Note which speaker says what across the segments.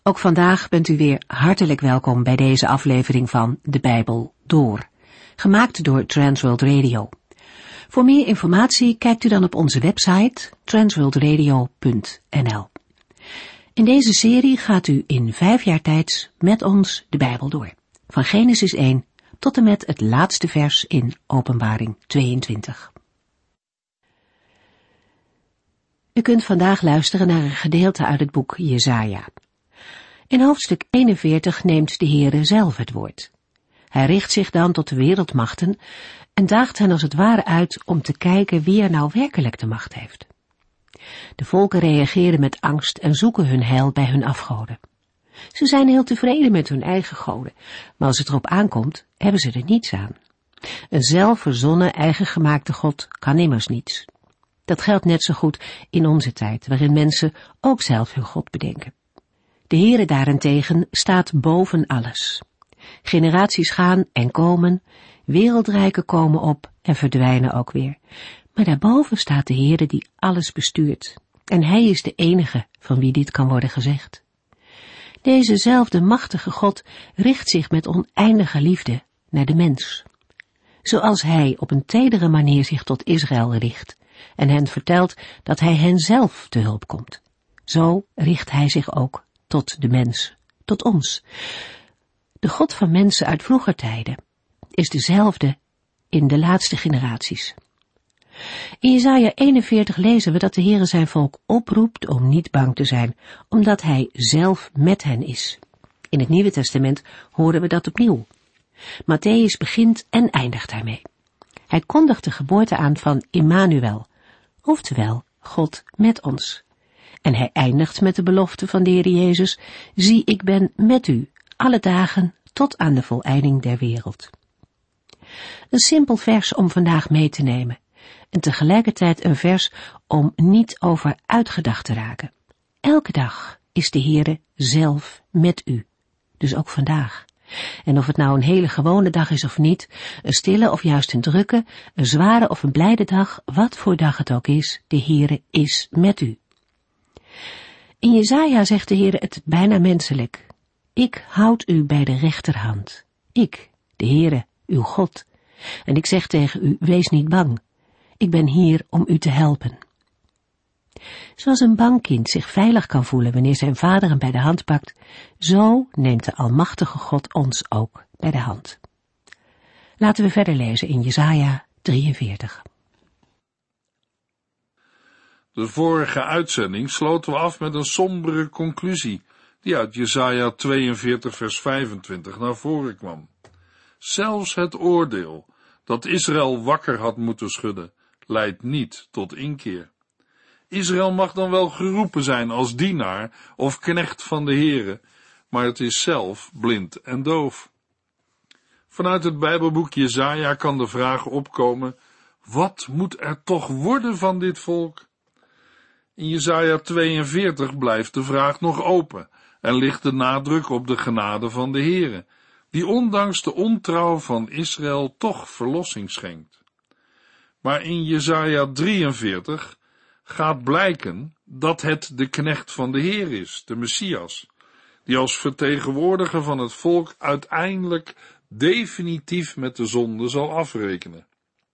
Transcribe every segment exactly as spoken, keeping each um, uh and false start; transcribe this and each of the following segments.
Speaker 1: Ook vandaag bent u weer hartelijk welkom bij deze aflevering van De Bijbel Door, gemaakt door Transworld Radio. Voor meer informatie kijkt u dan op onze website transworld radio punt n l. In deze serie gaat u in vijf jaar tijd met ons de Bijbel door, van Genesis één tot en met het laatste vers in Openbaring tweeëntwintig. U kunt vandaag luisteren naar een gedeelte uit het boek Jesaja. In hoofdstuk eenenveertig neemt de Heere zelf het woord. Hij richt zich dan tot de wereldmachten en daagt hen als het ware uit om te kijken wie er nou werkelijk de macht heeft. De volken reageren met angst en zoeken hun heil bij hun afgoden. Ze zijn heel tevreden met hun eigen goden, maar als het erop aankomt, hebben ze er niets aan. Een zelfverzonnen, eigengemaakte God kan immers niets. Dat geldt net zo goed in onze tijd, waarin mensen ook zelf hun God bedenken. De Heere daarentegen staat boven alles. Generaties gaan en komen, wereldrijken komen op en verdwijnen ook weer. Maar daarboven staat de Heere die alles bestuurt. En Hij is de enige van wie dit kan worden gezegd. Dezezelfde machtige God richt zich met oneindige liefde naar de mens. Zoals Hij op een tedere manier zich tot Israël richt en hen vertelt dat Hij hen zelf te hulp komt. Zo richt Hij zich ook tot de mens, tot ons. De God van mensen uit vroeger tijden is dezelfde in de laatste generaties. In Jesaja eenenveertig lezen we dat de Heere zijn volk oproept om niet bang te zijn, omdat Hij zelf met hen is. In het Nieuwe Testament horen we dat opnieuw. Mattheüs begint en eindigt daarmee. Hij kondigt de geboorte aan van Immanuel, oftewel God met ons. En hij eindigt met de belofte van de Heer Jezus: zie, ik ben met u alle dagen tot aan de voleinding der wereld. Een simpel vers om vandaag mee te nemen en tegelijkertijd een vers om niet over uitgedacht te raken. Elke dag is de Heere zelf met u, dus ook vandaag. En of het nou een hele gewone dag is of niet, een stille of juist een drukke, een zware of een blijde dag, wat voor dag het ook is, de Heere is met u. In Jesaja zegt de Heere het bijna menselijk: ik houd u bij de rechterhand. Ik, de Heere, uw God. En ik zeg tegen u, wees niet bang. Ik ben hier om u te helpen. Zoals een bang kind zich veilig kan voelen wanneer zijn vader hem bij de hand pakt, zo neemt de almachtige God ons ook bij de hand. Laten we verder lezen in Jesaja drieënveertig.
Speaker 2: De vorige uitzending sloten we af met een sombere conclusie, die uit Jesaja tweeënveertig vers vijfentwintig naar voren kwam. Zelfs het oordeel dat Israël wakker had moeten schudden, leidt niet tot inkeer. Israël mag dan wel geroepen zijn als dienaar of knecht van de Heere, maar het is zelf blind en doof. Vanuit het Bijbelboek Jesaja kan de vraag opkomen: wat moet er toch worden van dit volk? In Jesaja tweeënveertig blijft de vraag nog open en ligt de nadruk op de genade van de Heere, die ondanks de ontrouw van Israël toch verlossing schenkt. Maar in Jesaja drieënveertig gaat blijken dat het de knecht van de Heer is, de Messias, die als vertegenwoordiger van het volk uiteindelijk definitief met de zonde zal afrekenen.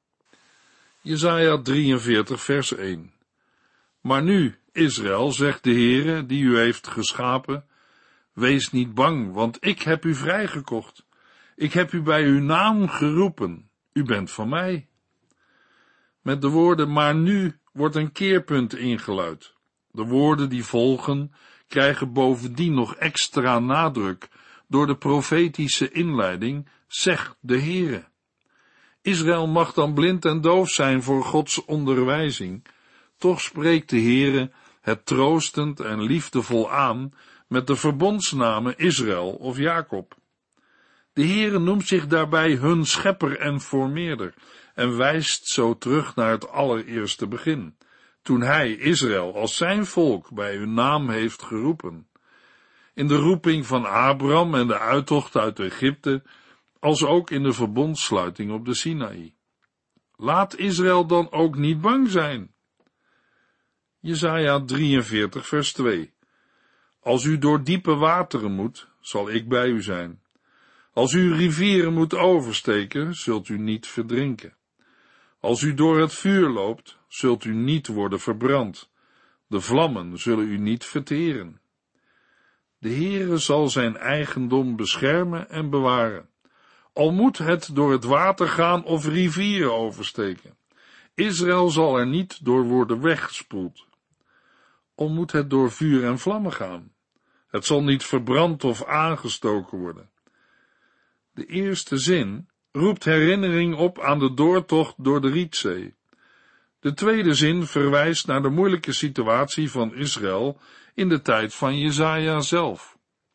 Speaker 2: Jesaja drieënveertig vers één. Maar nu, Israël, zegt de Heere, die u heeft geschapen, wees niet bang, want ik heb u vrijgekocht. Ik heb u bij uw naam geroepen. U bent van mij. Met de woorden maar nu wordt een keerpunt ingeluid. De woorden die volgen krijgen bovendien nog extra nadruk door de profetische inleiding, zegt de Heere. Israël mag dan blind en doof zijn voor Gods onderwijzing, toch spreekt de Heere het troostend en liefdevol aan met de verbondsnamen Israël of Jacob. De Heere noemt zich daarbij hun schepper en formeerder en wijst zo terug naar het allereerste begin, toen hij Israël als zijn volk bij hun naam heeft geroepen. In de roeping van Abraham en de uittocht uit Egypte, als ook in de verbondssluiting op de Sinaï. Laat Israël dan ook niet bang zijn. Jesaja drieënveertig vers twee. Als u door diepe wateren moet, zal ik bij u zijn. Als u rivieren moet oversteken, zult u niet verdrinken. Als u door het vuur loopt, zult u niet worden verbrand. De vlammen zullen u niet verteren. De Heere zal zijn eigendom beschermen en bewaren. Al moet het door het water gaan of rivieren oversteken. Israël zal er niet door worden weggespoeld. Al moet het door vuur en vlammen gaan. Het zal niet verbrand of aangestoken worden. De eerste zin roept herinnering op aan de doortocht door de Rietzee. De tweede zin verwijst naar de moeilijke situatie van Israël in de tijd van Jesaja zelf.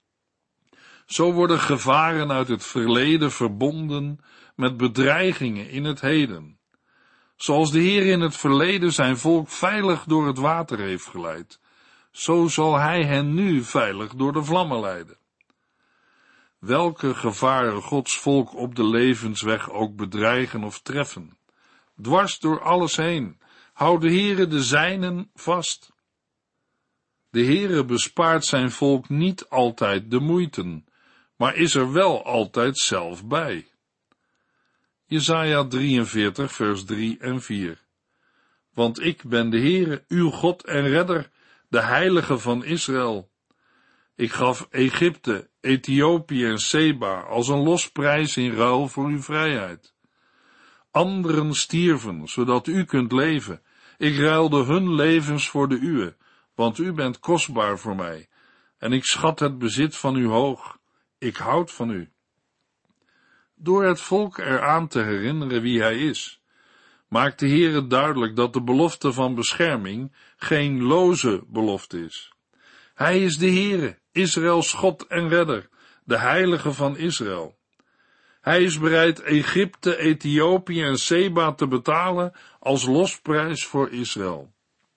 Speaker 2: Zo worden gevaren uit het verleden verbonden met bedreigingen in het heden. Zoals de Heer in het verleden zijn volk veilig door het water heeft geleid, zo zal hij hen nu veilig door de vlammen leiden. Welke gevaren Gods volk op de levensweg ook bedreigen of treffen, dwars door alles heen, houdt de Heere de zijnen vast. De Heere bespaart zijn volk niet altijd de moeiten, maar is er wel altijd zelf bij. Jesaja drieënveertig, vers drie en vier. Want ik ben de Heere, uw God en Redder, de Heilige van Israël. Ik gaf Egypte, Ethiopië en Seba als een losprijs in ruil voor uw vrijheid. Anderen stierven, zodat u kunt leven. Ik ruilde hun levens voor de uwe, want u bent kostbaar voor mij, en ik schat het bezit van u hoog. Ik houd van u. Door het volk eraan te herinneren wie hij is, maakt de Heere duidelijk dat de belofte van bescherming geen loze belofte is. Hij is de Heere, Israëls God en Redder, de Heilige van Israël. Hij is bereid Egypte, Ethiopië en Seba te betalen als losprijs voor Israël.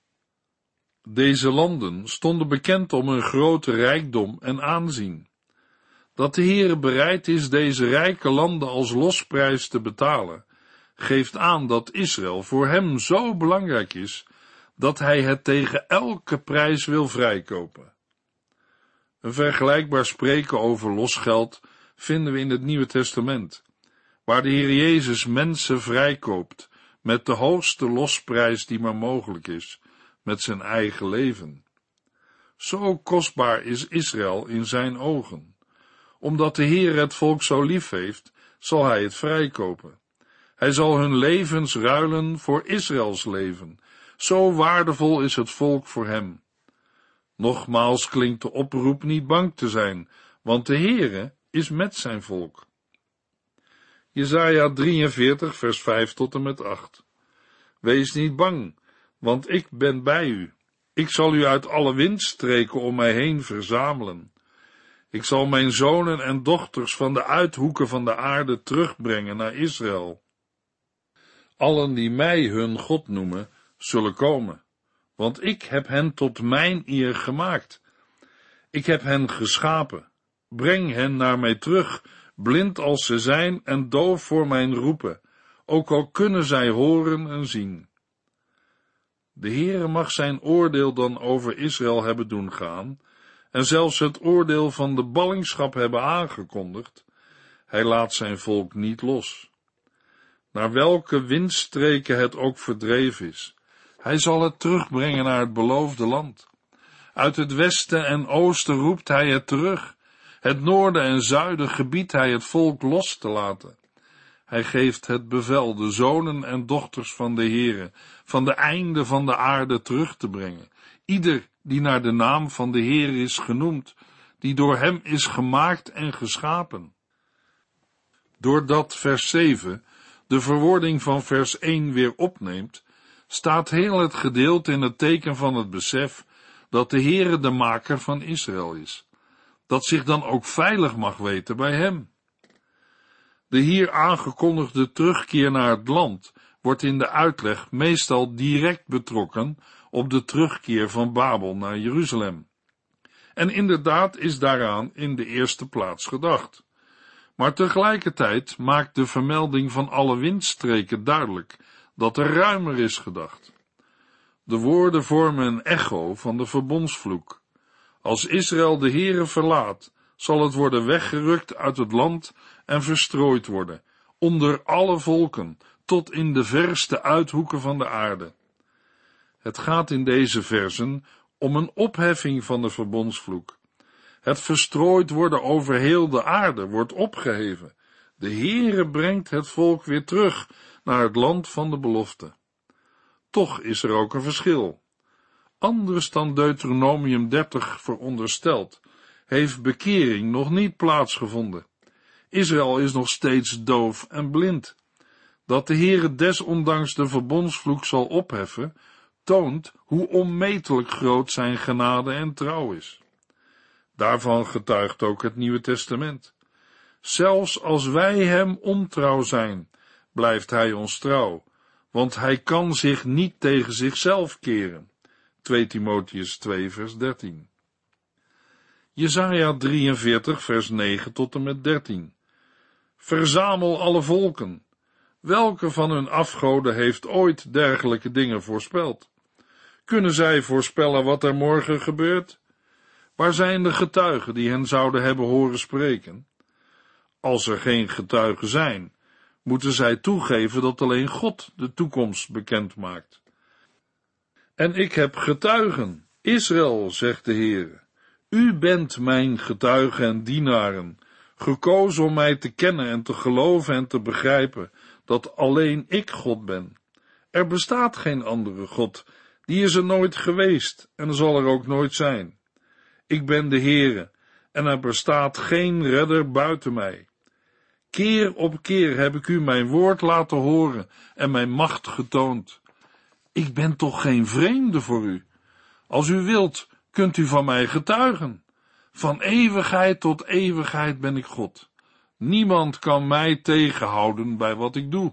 Speaker 2: Deze landen stonden bekend om hun grote rijkdom en aanzien. Dat de Heere bereid is deze rijke landen als losprijs te betalen, geeft aan dat Israël voor hem zo belangrijk is, dat hij het tegen elke prijs wil vrijkopen. Een vergelijkbaar spreken over losgeld vinden we in het Nieuwe Testament, waar de Heer Jezus mensen vrijkoopt met de hoogste losprijs die maar mogelijk is, met zijn eigen leven. Zo kostbaar is Israël in zijn ogen. Omdat de Heer het volk zo lief heeft, zal hij het vrijkopen. Hij zal hun levens ruilen voor Israëls leven. Zo waardevol is het volk voor hem. Nogmaals klinkt de oproep niet bang te zijn, want de Heere is met zijn volk. Jesaja drieënveertig, vers vijf tot en met acht. Wees niet bang, want ik ben bij u. Ik zal u uit alle windstreken om mij heen verzamelen. Ik zal mijn zonen en dochters van de uithoeken van de aarde terugbrengen naar Israël. Allen die mij hun God noemen, zullen komen, want ik heb hen tot mijn eer gemaakt. Ik heb hen geschapen. Breng hen naar mij terug, blind als ze zijn en doof voor mijn roepen, ook al kunnen zij horen en zien. De Heere mag zijn oordeel dan over Israël hebben doen gaan, en zelfs het oordeel van de ballingschap hebben aangekondigd. Hij laat zijn volk niet los. Naar welke windstreken het ook verdreven is, hij zal het terugbrengen naar het beloofde land. Uit het westen en oosten roept hij het terug. Het noorden en zuiden gebiedt hij het volk los te laten. Hij geeft het bevel de zonen en dochters van de Heere van de einden van de aarde terug te brengen. Ieder die naar de naam van de Heer is genoemd, die door hem is gemaakt en geschapen. Doordat vers zeven de verwoording van vers één weer opneemt, staat heel het gedeelte in het teken van het besef dat de Heere de maker van Israël is, dat zich dan ook veilig mag weten bij hem. De hier aangekondigde terugkeer naar het land wordt in de uitleg meestal direct betrokken op de terugkeer van Babel naar Jeruzalem. En inderdaad is daaraan in de eerste plaats gedacht. Maar tegelijkertijd maakt de vermelding van alle windstreken duidelijk dat er ruimer is gedacht. De woorden vormen een echo van de verbondsvloek. Als Israël de Heere verlaat, zal het worden weggerukt uit het land en verstrooid worden, onder alle volken, tot in de verste uithoeken van de aarde. Het gaat in deze versen om een opheffing van de verbondsvloek. Het verstrooid worden over heel de aarde wordt opgeheven. De Heere brengt het volk weer terug naar het land van de belofte. Toch is er ook een verschil. Anders dan Deuteronomium dertig veronderstelt, heeft bekering nog niet plaatsgevonden. Israël is nog steeds doof en blind. Dat de Heere desondanks de verbondsvloek zal opheffen, toont hoe onmetelijk groot zijn genade en trouw is. Daarvan getuigt ook het Nieuwe Testament. Zelfs als wij hem ontrouw zijn, blijft hij ons trouw, want hij kan zich niet tegen zichzelf keren. twee Timotheüs twee vers dertien. Jesaja drieënveertig vers negen tot en met dertien. Verzamel alle volken. Welke van hun afgoden heeft ooit dergelijke dingen voorspeld? Kunnen zij voorspellen wat er morgen gebeurt? Waar zijn de getuigen die hen zouden hebben horen spreken? Als er geen getuigen zijn, moeten zij toegeven dat alleen God de toekomst bekend maakt. En ik heb getuigen, Israël, zegt de Heere. U bent mijn getuigen en dienaren, gekozen om mij te kennen en te geloven en te begrijpen dat alleen ik God ben. Er bestaat geen andere God, die is er nooit geweest en zal er ook nooit zijn. Ik ben de Heere en er bestaat geen redder buiten mij. Keer op keer heb ik u mijn woord laten horen en mijn macht getoond. Ik ben toch geen vreemde voor u. Als u wilt, kunt u van mij getuigen. Van eeuwigheid tot eeuwigheid ben ik God. Niemand kan mij tegenhouden bij wat ik doe.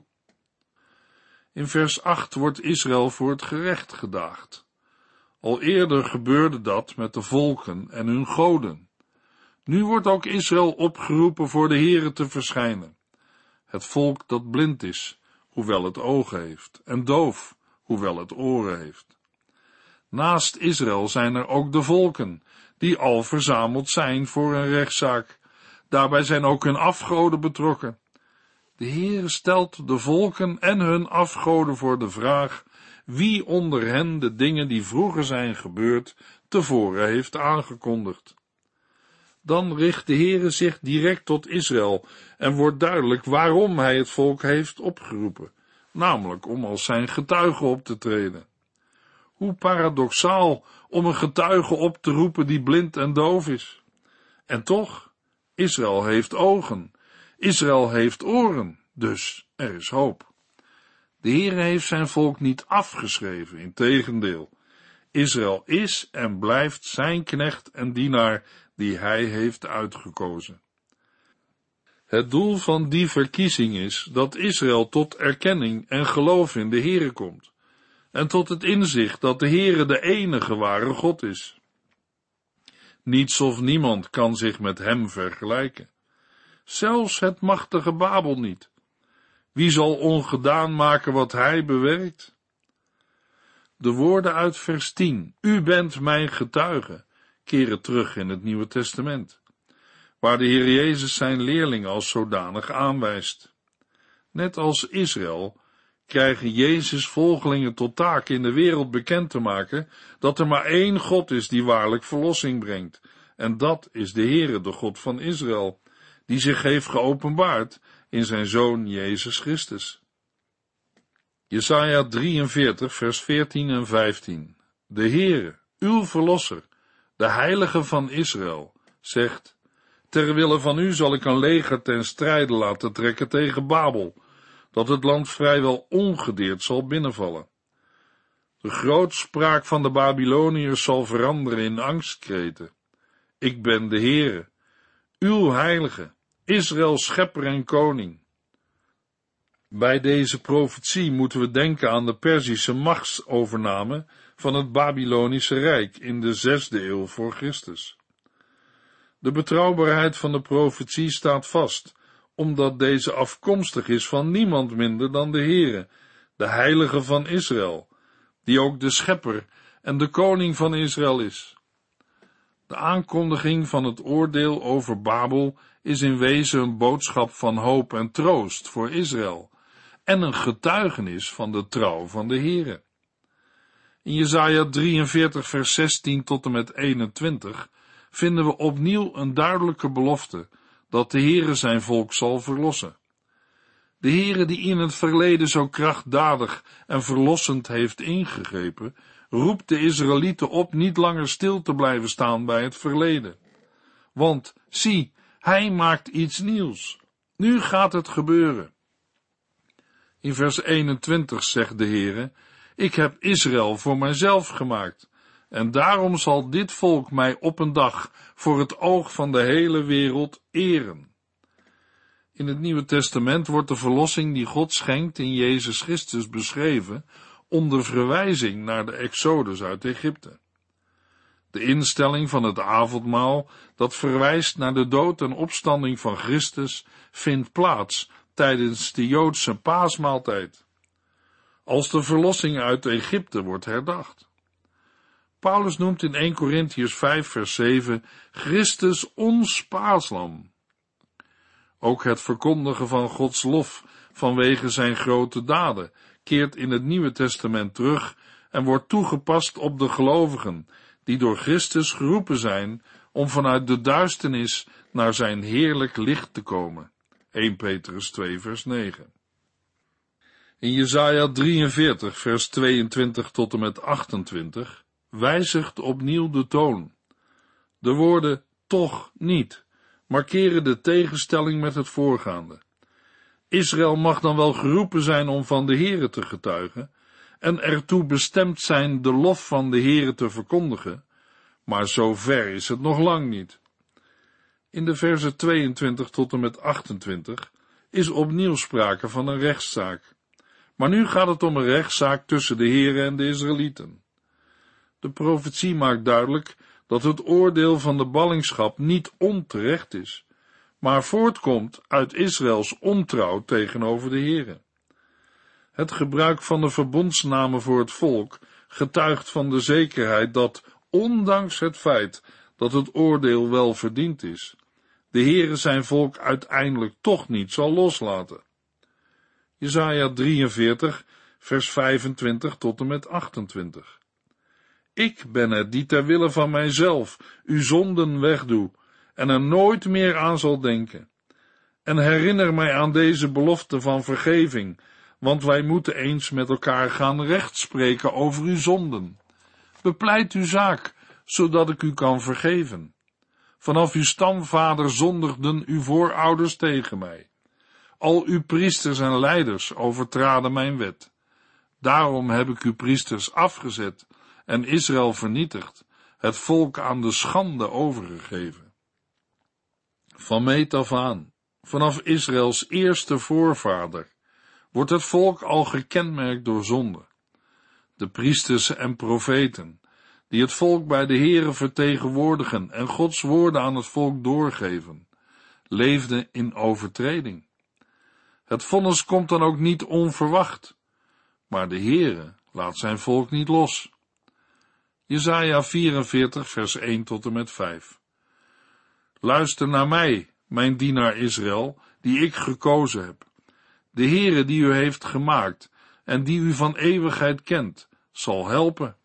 Speaker 2: In vers acht wordt Israël voor het gerecht gedaagd. Al eerder gebeurde dat met de volken en hun goden. Nu wordt ook Israël opgeroepen voor de Heere te verschijnen. Het volk dat blind is, hoewel het ogen heeft, en doof, hoewel het oren heeft. Naast Israël zijn er ook de volken, die al verzameld zijn voor een rechtszaak. Daarbij zijn ook hun afgoden betrokken. De Heere stelt de volken en hun afgoden voor de vraag wie onder hen de dingen die vroeger zijn gebeurd tevoren heeft aangekondigd. Dan richt de Heere zich direct tot Israël en wordt duidelijk waarom hij het volk heeft opgeroepen, namelijk om als zijn getuige op te treden. Hoe paradoxaal om een getuige op te roepen die blind en doof is. En toch, Israël heeft ogen, Israël heeft oren, dus er is hoop. De Heere heeft zijn volk niet afgeschreven, integendeel. Israël is en blijft zijn knecht en dienaar die hij heeft uitgekozen. Het doel van die verkiezing is dat Israël tot erkenning en geloof in de Heere komt, en tot het inzicht dat de Heere de enige ware God is. Niets of niemand kan zich met hem vergelijken. Zelfs het machtige Babel niet. Wie zal ongedaan maken wat hij bewerkt? De woorden uit vers tien, u bent mijn getuige, keren terug in het Nieuwe Testament, waar de Heer Jezus zijn leerlingen als zodanig aanwijst. Net als Israël krijgen Jezus volgelingen tot taak in de wereld bekend te maken dat er maar één God is die waarlijk verlossing brengt, en dat is de Heere, de God van Israël, die zich heeft geopenbaard in zijn Zoon Jezus Christus. Jesaja drieënveertig vers veertien en vijftien. De Heere, uw Verlosser, de Heilige van Israël, zegt, ter wille van u zal ik een leger ten strijde laten trekken tegen Babel, dat het land vrijwel ongedeerd zal binnenvallen. De grootspraak van de Babyloniërs zal veranderen in angstkreten. Ik ben de Heere, uw Heilige, Israëls schepper en koning. Bij deze profetie moeten we denken aan de Perzische machtsovername van het Babylonische Rijk in de zesde eeuw voor Christus. De betrouwbaarheid van de profetie staat vast, omdat deze afkomstig is van niemand minder dan de Heere, de Heilige van Israël, die ook de schepper en de koning van Israël is. De aankondiging van het oordeel over Babel is in wezen een boodschap van hoop en troost voor Israël en een getuigenis van de trouw van de Heere. In Jesaja drieënveertig vers zestien tot en met eenentwintig vinden we opnieuw een duidelijke belofte dat de Heere zijn volk zal verlossen. De Heere die in het verleden zo krachtdadig en verlossend heeft ingegrepen, roept de Israëlieten op niet langer stil te blijven staan bij het verleden. Want, zie, hij maakt iets nieuws. Nu gaat het gebeuren. In vers eenentwintig zegt de Heere, ik heb Israël voor mijzelf gemaakt, en daarom zal dit volk mij op een dag voor het oog van de hele wereld eren. In het Nieuwe Testament wordt de verlossing die God schenkt in Jezus Christus beschreven onder verwijzing naar de Exodus uit Egypte. De instelling van het avondmaal, dat verwijst naar de dood en opstanding van Christus, vindt plaats tijdens de Joodse paasmaaltijd, als de verlossing uit Egypte wordt herdacht. Paulus noemt in eerste Korintiërs vijf vers zeven Christus ons paaslam. Ook het verkondigen van Gods lof vanwege zijn grote daden keert in het Nieuwe Testament terug en wordt toegepast op de gelovigen die door Christus geroepen zijn om vanuit de duisternis naar zijn heerlijk licht te komen. eerste Petrus twee vers negen. In Jesaja drieënveertig vers tweeëntwintig tot en met achtentwintig wijzigt opnieuw de toon. De woorden toch niet markeren de tegenstelling met het voorgaande. Israël mag dan wel geroepen zijn om van de Heere te getuigen en ertoe bestemd zijn de lof van de Heere te verkondigen, maar zo ver is het nog lang niet. In de versen tweeëntwintig tot en met achtentwintig is opnieuw sprake van een rechtszaak. Maar nu gaat het om een rechtszaak tussen de Heere en de Israëlieten. De profetie maakt duidelijk dat het oordeel van de ballingschap niet onterecht is, maar voortkomt uit Israëls ontrouw tegenover de Heere. Het gebruik van de verbondsnamen voor het volk getuigt van de zekerheid dat, ondanks het feit dat het oordeel wel verdiend is, de Heere zijn volk uiteindelijk toch niet zal loslaten. Jesaja drieënveertig, vers vijfentwintig tot en met achtentwintig. Ik ben het die ter wille van mijzelf uw zonden wegdoe en er nooit meer aan zal denken. En herinner mij aan deze belofte van vergeving, want wij moeten eens met elkaar gaan rechtspreken over uw zonden. Bepleit uw zaak, zodat ik u kan vergeven. Vanaf uw stamvader zondigden uw voorouders tegen mij. Al uw priesters en leiders overtraden mijn wet. Daarom heb ik uw priesters afgezet en Israël vernietigd, het volk aan de schande overgegeven. Van meet af aan, vanaf Israëls eerste voorvader, wordt het volk al gekenmerkt door zonde. De priesters en profeten, die het volk bij de Heere vertegenwoordigen en Gods woorden aan het volk doorgeven, leefden in overtreding. Het vonnis komt dan ook niet onverwacht, maar de Heere laat zijn volk niet los. Jesaja vierenveertig vers één tot en met vijf. Luister naar mij, mijn dienaar Israël, die ik gekozen heb. De Heere die u heeft gemaakt en die u van eeuwigheid kent, zal helpen.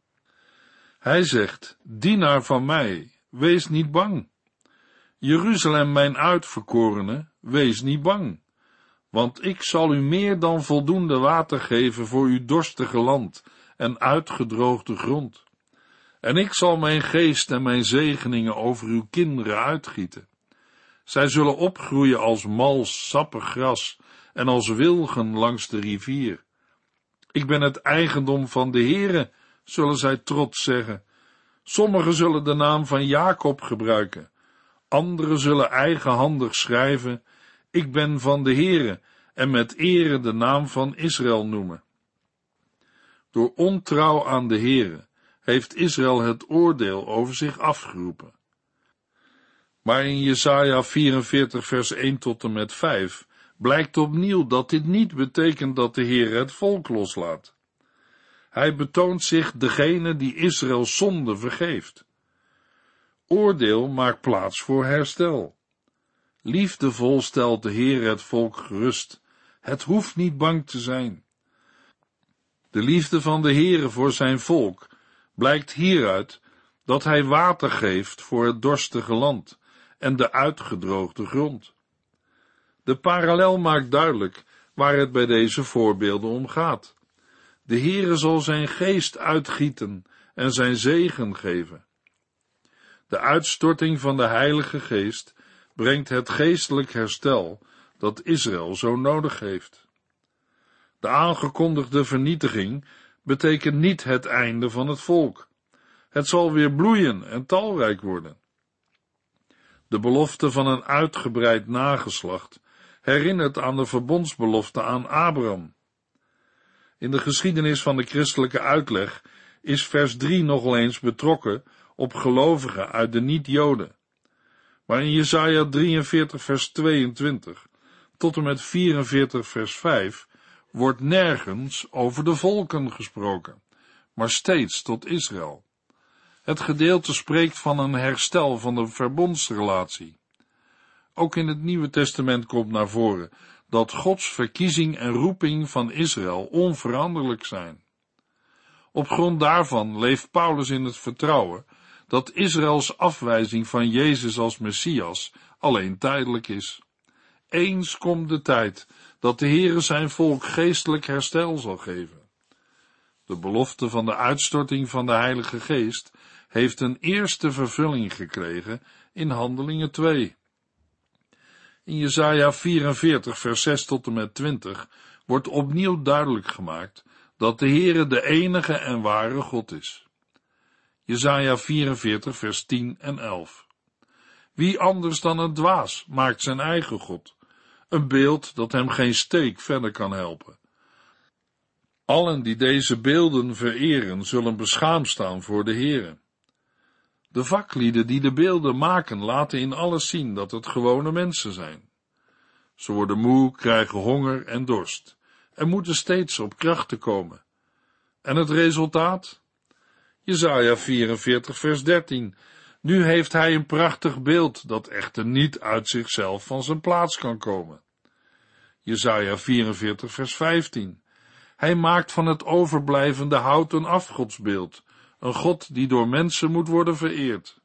Speaker 2: Hij zegt, dienaar van mij, wees niet bang. Jeruzalem, mijn uitverkorene, wees niet bang. Want ik zal u meer dan voldoende water geven voor uw dorstige land en uitgedroogde grond. En ik zal mijn geest en mijn zegeningen over uw kinderen uitgieten. Zij zullen opgroeien als mals, sappig gras en als wilgen langs de rivier. Ik ben het eigendom van de Heere, zullen zij trots zeggen. Sommigen zullen de naam van Jacob gebruiken, anderen zullen eigenhandig schrijven, ik ben van de Heere, en met ere de naam van Israël noemen. Door ontrouw aan de Heere heeft Israël het oordeel over zich afgeroepen. Maar in Jesaja vierenveertig vers één tot en met vijf blijkt opnieuw dat dit niet betekent dat de Heere het volk loslaat. Hij betoont zich degene die Israëls zonde vergeeft. Oordeel maakt plaats voor herstel. Liefdevol stelt de Heer het volk gerust. Het hoeft niet bang te zijn. De liefde van de Heere voor zijn volk blijkt hieruit dat hij water geeft voor het dorstige land en de uitgedroogde grond. De parallel maakt duidelijk waar het bij deze voorbeelden om gaat. De Heere zal zijn geest uitgieten en zijn zegen geven. De uitstorting van de Heilige Geest brengt het geestelijk herstel dat Israël zo nodig heeft. De aangekondigde vernietiging betekent niet het einde van het volk. Het zal weer bloeien en talrijk worden. De belofte van een uitgebreid nageslacht herinnert aan de verbondsbelofte aan Abraham. In de geschiedenis van de christelijke uitleg is vers drie nogal eens betrokken op gelovigen uit de niet-Joden. Maar in Jesaja drieënveertig vers tweeëntwintig tot en met vierenveertig vers vijf wordt nergens over de volken gesproken, maar steeds tot Israël. Het gedeelte spreekt van een herstel van de verbondsrelatie. Ook in het Nieuwe Testament komt naar voren dat Gods verkiezing en roeping van Israël onveranderlijk zijn. Op grond daarvan leeft Paulus in het vertrouwen dat Israëls afwijzing van Jezus als Messias alleen tijdelijk is. Eens komt de tijd dat de Heere zijn volk geestelijk herstel zal geven. De belofte van de uitstorting van de Heilige Geest heeft een eerste vervulling gekregen in Handelingen twee. In Jesaja vierenveertig vers zes tot en met twintig wordt opnieuw duidelijk gemaakt dat de Heere de enige en ware God is. Jesaja vierenveertig vers tien en elf. Wie anders dan een dwaas maakt zijn eigen God, een beeld dat hem geen steek verder kan helpen. Allen die deze beelden vereren, zullen beschaamd staan voor de Heere. De vaklieden die de beelden maken, laten in alles zien dat het gewone mensen zijn. Ze worden moe, krijgen honger en dorst, en moeten steeds op krachten komen. En het resultaat? Jesaja vierenveertig vers dertien. Nu heeft hij een prachtig beeld, dat echter niet uit zichzelf van zijn plaats kan komen. Jesaja vierenveertig vers vijftien. Hij maakt van het overblijvende hout een afgodsbeeld, een God die door mensen moet worden vereerd.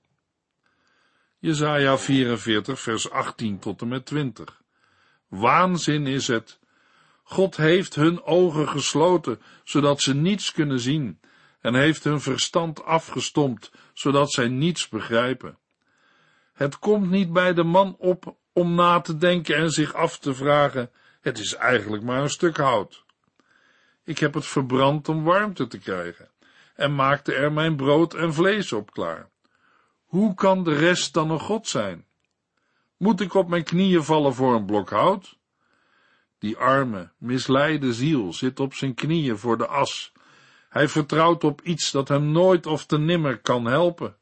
Speaker 2: Jesaja vierenveertig vers achttien tot en met twintig. Waanzin is het. God heeft hun ogen gesloten, zodat ze niets kunnen zien, en heeft hun verstand afgestompt, zodat zij niets begrijpen. Het komt niet bij de man op om na te denken en zich af te vragen, het is eigenlijk maar een stuk hout. Ik heb het verbrand om warmte te krijgen, en maakte er mijn brood en vlees op klaar. Hoe kan de rest dan een God zijn? Moet ik op mijn knieën vallen voor een blok hout? Die arme, misleide ziel zit op zijn knieën voor de as. Hij vertrouwt op iets dat hem nooit of te nimmer kan helpen.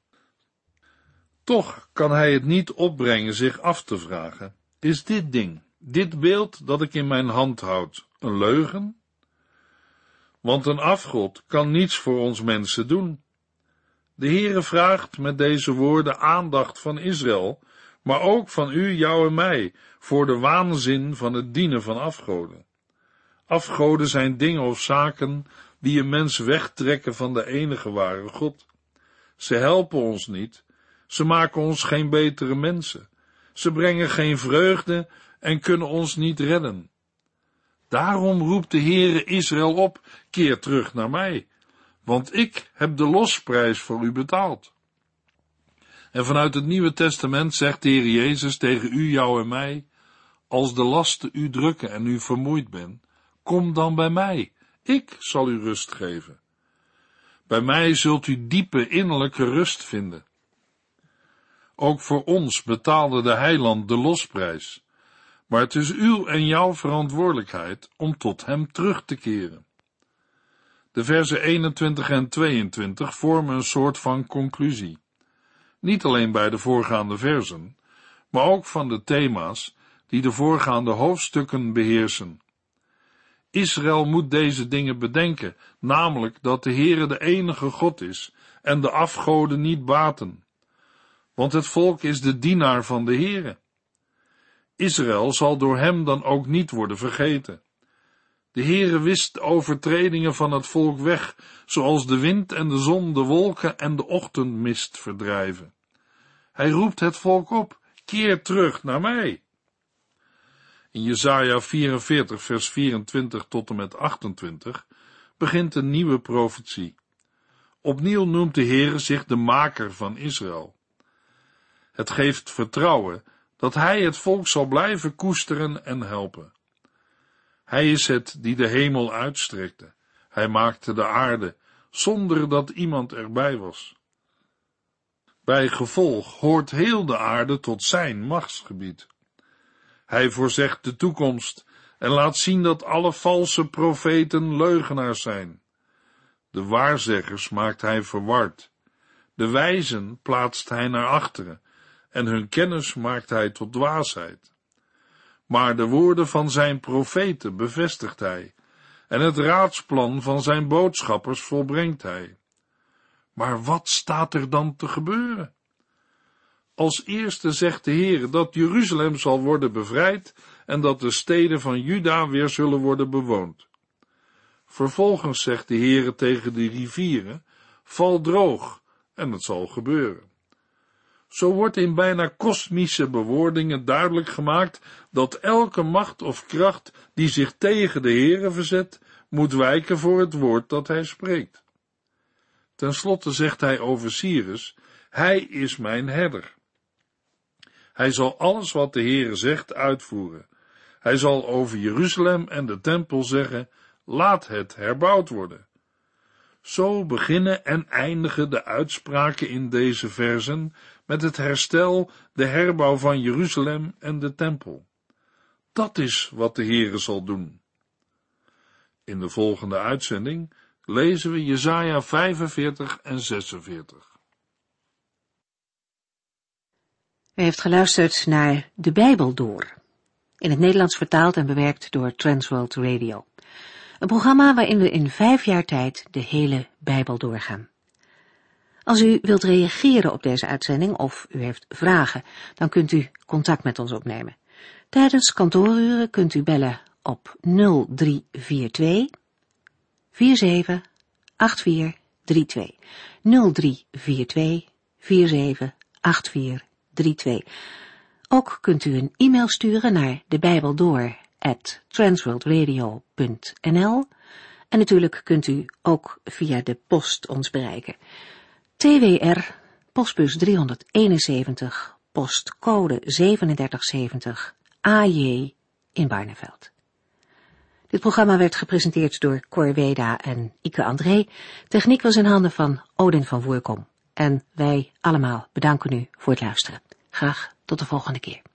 Speaker 2: Toch kan hij het niet opbrengen zich af te vragen, is dit ding, dit beeld dat ik in mijn hand houd, een leugen? Want een afgod kan niets voor ons mensen doen. De Heere vraagt met deze woorden aandacht van Israël, maar ook van u, jou en mij, voor de waanzin van het dienen van afgoden. Afgoden zijn dingen of zaken die een mens wegtrekken van de enige ware God. Ze helpen ons niet, ze maken ons geen betere mensen, ze brengen geen vreugde en kunnen ons niet redden. Daarom roept de Heere Israël op, keer terug naar mij, want ik heb de losprijs voor u betaald. En vanuit het Nieuwe Testament zegt de Heer Jezus tegen u, jou en mij, als de lasten u drukken en u vermoeid bent, kom dan bij mij, ik zal u rust geven. Bij mij zult u diepe innerlijke rust vinden. Ook voor ons betaalde de Heiland de losprijs, maar het is uw en jouw verantwoordelijkheid om tot hem terug te keren. De versen eenentwintig en tweeëntwintig vormen een soort van conclusie. Niet alleen bij de voorgaande versen, maar ook van de thema's die de voorgaande hoofdstukken beheersen. Israël moet deze dingen bedenken, namelijk dat de Heere de enige God is en de afgoden niet baten. want het volk is de dienaar van de Heere. Israël zal door hem dan ook niet worden vergeten. De Heere wist de overtredingen van het volk weg, zoals de wind en de zon de wolken en de ochtendmist verdrijven. Hij roept het volk op, keer terug naar mij. In Jesaja vierenveertig vers vierentwintig tot en met achtentwintig begint een nieuwe profetie. Opnieuw noemt de Heere zich de maker van Israël. Het geeft vertrouwen dat hij het volk zal blijven koesteren en helpen. Hij is het die de hemel uitstrekte. Hij maakte de aarde, zonder dat iemand erbij was. Bij gevolg hoort heel de aarde tot zijn machtsgebied. Hij voorzegt de toekomst en laat zien dat alle valse profeten leugenaars zijn. De waarzeggers maakt hij verward. De wijzen plaatst hij naar achteren en hun kennis maakt hij tot dwaasheid. Maar de woorden van zijn profeten bevestigt hij en het raadsplan van zijn boodschappers volbrengt hij. Maar wat staat er dan te gebeuren? Als eerste zegt de Heer dat Jeruzalem zal worden bevrijd en dat de steden van Juda weer zullen worden bewoond. Vervolgens zegt de Heer tegen de rivieren, val droog, en het zal gebeuren. Zo wordt in bijna kosmische bewoordingen duidelijk gemaakt dat elke macht of kracht die zich tegen de Heere verzet, moet wijken voor het woord dat hij spreekt. Ten slotte zegt hij over Cyrus, hij is mijn herder. Hij zal alles wat de Heere zegt uitvoeren. Hij zal over Jeruzalem en de tempel zeggen, laat het herbouwd worden. Zo beginnen en eindigen de uitspraken in deze versen met het herstel, de herbouw van Jeruzalem en de tempel. Dat is wat de Heere zal doen. In de volgende uitzending lezen we Jesaja vijfenveertig en zesenveertig.
Speaker 1: U heeft geluisterd naar De Bijbel Door, in het Nederlands vertaald en bewerkt door Transworld Radio. Een programma waarin we in vijf jaar tijd de hele Bijbel doorgaan. Als u wilt reageren op deze uitzending of u heeft vragen, dan kunt u contact met ons opnemen. Tijdens kantooruren kunt u bellen op nul drie vier twee, vier zeven acht vier drie twee. nul drie vier twee, vier zeven acht vier drie twee. Ook kunt u een e-mail sturen naar debijbeldoor at transworldradio punt n l en natuurlijk kunt u ook via de post ons bereiken. T W R, postbus driehonderdeenenzeventig, postcode drieënzeventig zeventig, A J in Barneveld. Dit programma werd gepresenteerd door Cor Weda en Ike André. Techniek was in handen van Odin van Voorkom. En wij allemaal bedanken u voor het luisteren. Graag tot de volgende keer.